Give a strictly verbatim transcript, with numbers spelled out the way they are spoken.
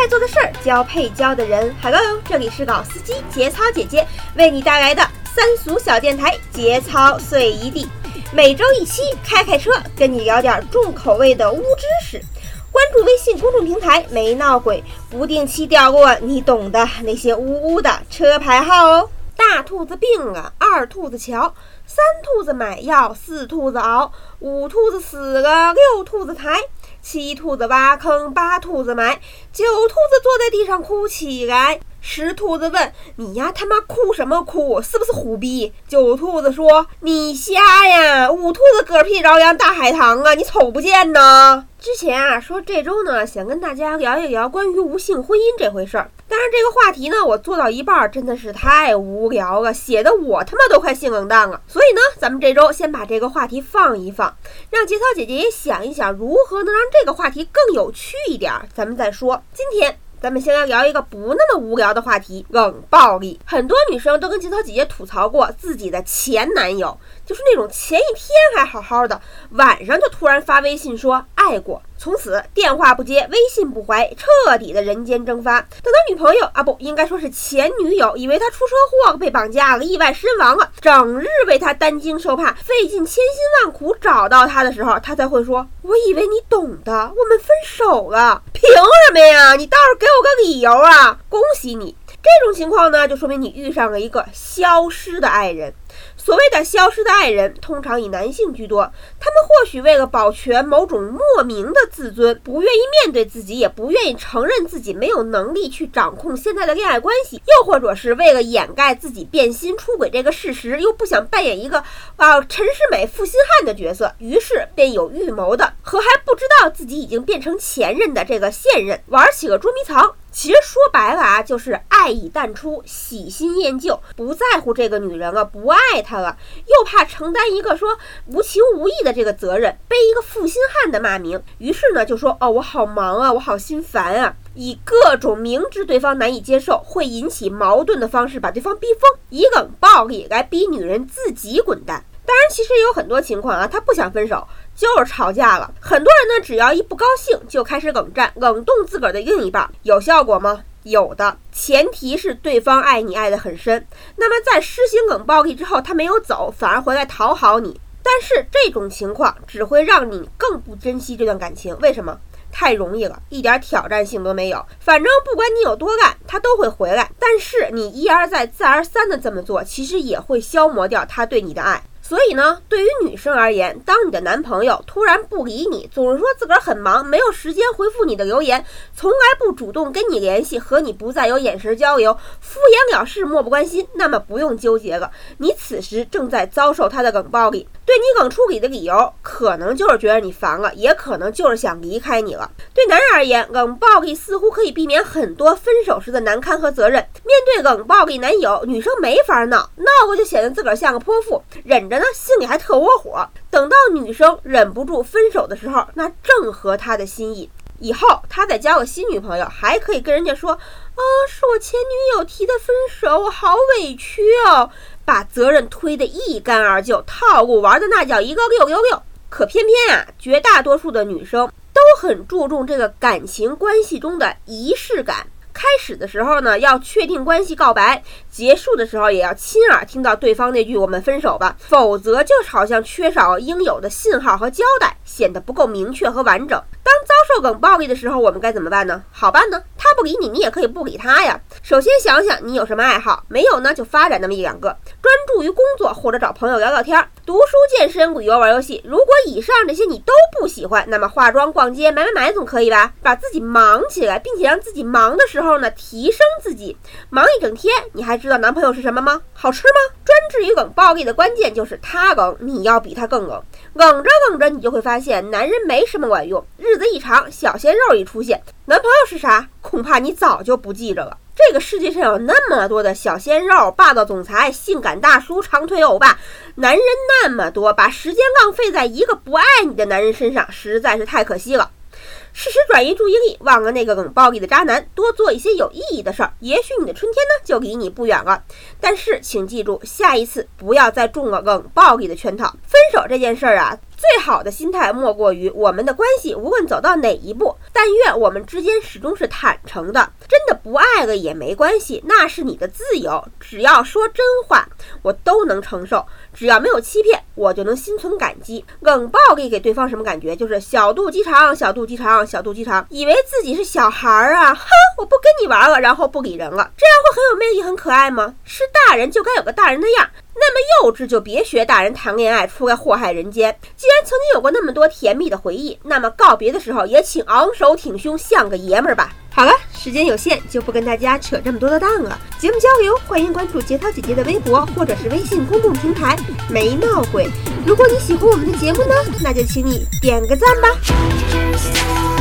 做的事儿，教配教的人。Hello， 这里是老司机节操姐姐为你带来的三俗小电台节操碎一地，每周一期，开开车跟你聊点重口味的污知识。关注微信公众平台没闹鬼，不定期掉落你懂的那些污污的车牌号哦。大兔子病了，二兔子瞧，三兔子买药，四兔子熬，五兔子死了，六兔子抬，七兔子挖坑，八兔子埋，九兔子坐在地上哭起来。十兔子问你呀，他妈哭什么哭？是不是虎逼？九兔子说你瞎呀。五兔子嗝屁着凉大海棠啊，你瞅不见呢。之前啊说这周呢想跟大家聊一聊关于无性婚姻这回事儿，当然这个话题呢我做到一半真的是太无聊了，写的我他妈都快性冷淡了。所以呢咱们这周先把这个话题放一放，让节操姐姐也想一想如何能让这个话题更有趣一点，咱们再说。今天咱们先来聊一个不那么无聊的话题，冷暴力。很多女生都跟节操姐姐吐槽过自己的前男友，就是那种前一天还好好的，晚上就突然发微信说爱过，从此电话不接，微信不回，彻底的人间蒸发。等到女朋友啊不应该说是前女友以为他出车祸被绑架了，意外身亡了，整日为他担惊受怕，费尽千辛万苦找到他的时候，他才会说我以为你懂的，我们分手了。凭什么呀？你倒是给我个理由啊。恭喜你，这种情况呢就说明你遇上了一个消失的爱人。所谓的消失的爱人通常以男性居多，他们或许为了保全某种莫名的自尊，不愿意面对自己，也不愿意承认自己没有能力去掌控现在的恋爱关系，又或者是为了掩盖自己变心出轨这个事实，又不想扮演一个啊陈世美负心汉的角色，于是便有预谋的和还不知道自己已经变成前任的这个现任玩起了捉迷藏。其实说白了啊，就是爱已淡出，喜新厌旧，不在乎这个女人了，不爱她了，又怕承担一个说无情无义的这个责任，背一个负心汉的骂名，于是呢就说哦我好忙啊，我好心烦啊，以各种明知对方难以接受，会引起矛盾的方式把对方逼疯，以冷暴力来逼女人自己滚蛋。当然其实也有很多情况啊，他不想分手，就是吵架了。很多人呢只要一不高兴就开始冷战，冷冻自个儿的另一半，有效果吗？有的，前提是对方爱你爱得很深。那么在施行冷暴力之后，他没有走，反而回来讨好你，但是这种情况只会让你更不珍惜这段感情。为什么？太容易了，一点挑战性都没有，反正不管你有多烂他都会回来。但是你一而再再而三的这么做，其实也会消磨掉他对你的爱。所以呢，对于女生而言，当你的男朋友突然不理你，总是说自个儿很忙，没有时间回复你的留言，从来不主动跟你联系，和你不再有眼神交流，敷衍了事，漠不关心，那么不用纠结了，你此时正在遭受他的冷暴力。对你冷处理的理由，可能就是觉得你烦了，也可能就是想离开你了。对男人而言，冷暴力似乎可以避免很多分手时的难堪和责任。面对冷暴力男友，女生没法闹，闹过就显得自个儿像个泼妇，忍着呢，心里还特窝火。等到女生忍不住分手的时候，那正合她的心意。以后他再交个新女朋友，还可以跟人家说啊，是我前女友提的分手，我好委屈哦，把责任推得一干二净，套路玩的那叫一个六六六。可偏偏啊，绝大多数的女生都很注重这个感情关系中的仪式感。开始的时候呢，要确定关系告白，结束的时候也要亲耳听到对方那句我们分手吧，否则就好像缺少应有的信号和交代，显得不够明确和完整。当遭受冷暴力的时候，我们该怎么办呢？好办呢，他不理你，你也可以不理他呀。首先想想你有什么爱好，没有呢就发展那么一两个，专注于工作或者找朋友聊聊天，读书、健身、旅游、玩游戏。如果以上这些你都不喜欢，那么化妆、逛街、买买买总可以吧？把自己忙起来，并且让自己忙的时候呢提升自己。忙一整天，你还知道男朋友是什么吗？好吃吗？专治于冷暴力的关键就是他冷，你要比他更冷。冷着冷着，你就会发现男人没什么管用，日子一长，小鲜肉一出现，男朋友是啥？恐怕你早就不记着了。这个世界上有那么多的小鲜肉、霸道总裁、性感大叔、长腿欧巴，男人那么多，把时间浪费在一个不爱你的男人身上，实在是太可惜了。 适时转移注意力，忘了那个冷暴力的渣男，多做一些有意义的事儿，也许你的春天呢就离你不远了。但是请记住，下一次不要再中了冷暴力的圈套。分手这件事儿啊，最好的心态莫过于我们的关系无论走到哪一步，但愿我们之间始终是坦诚的。真的不爱了也没关系，那是你的自由，只要说真话我都能承受，只要没有欺骗我就能心存感激。冷暴力给对方什么感觉？就是小肚鸡肠，小肚鸡肠，小肚鸡肠，以为自己是小孩啊，哼，我不跟你玩了，然后不理人了，这样会很有魅力很可爱吗？是大人就该有个大人的样，那么幼稚就别学大人谈恋爱出来祸害人间。既然曾经有过那么多甜蜜的回忆，那么告别的时候也请昂首挺胸，像个爷们儿吧。好了，时间有限，就不跟大家扯这么多的蛋了。节目交流，欢迎关注节操姐姐的微博或者是微信公众平台没闹鬼。如果你喜欢我们的节目呢，那就请你点个赞吧。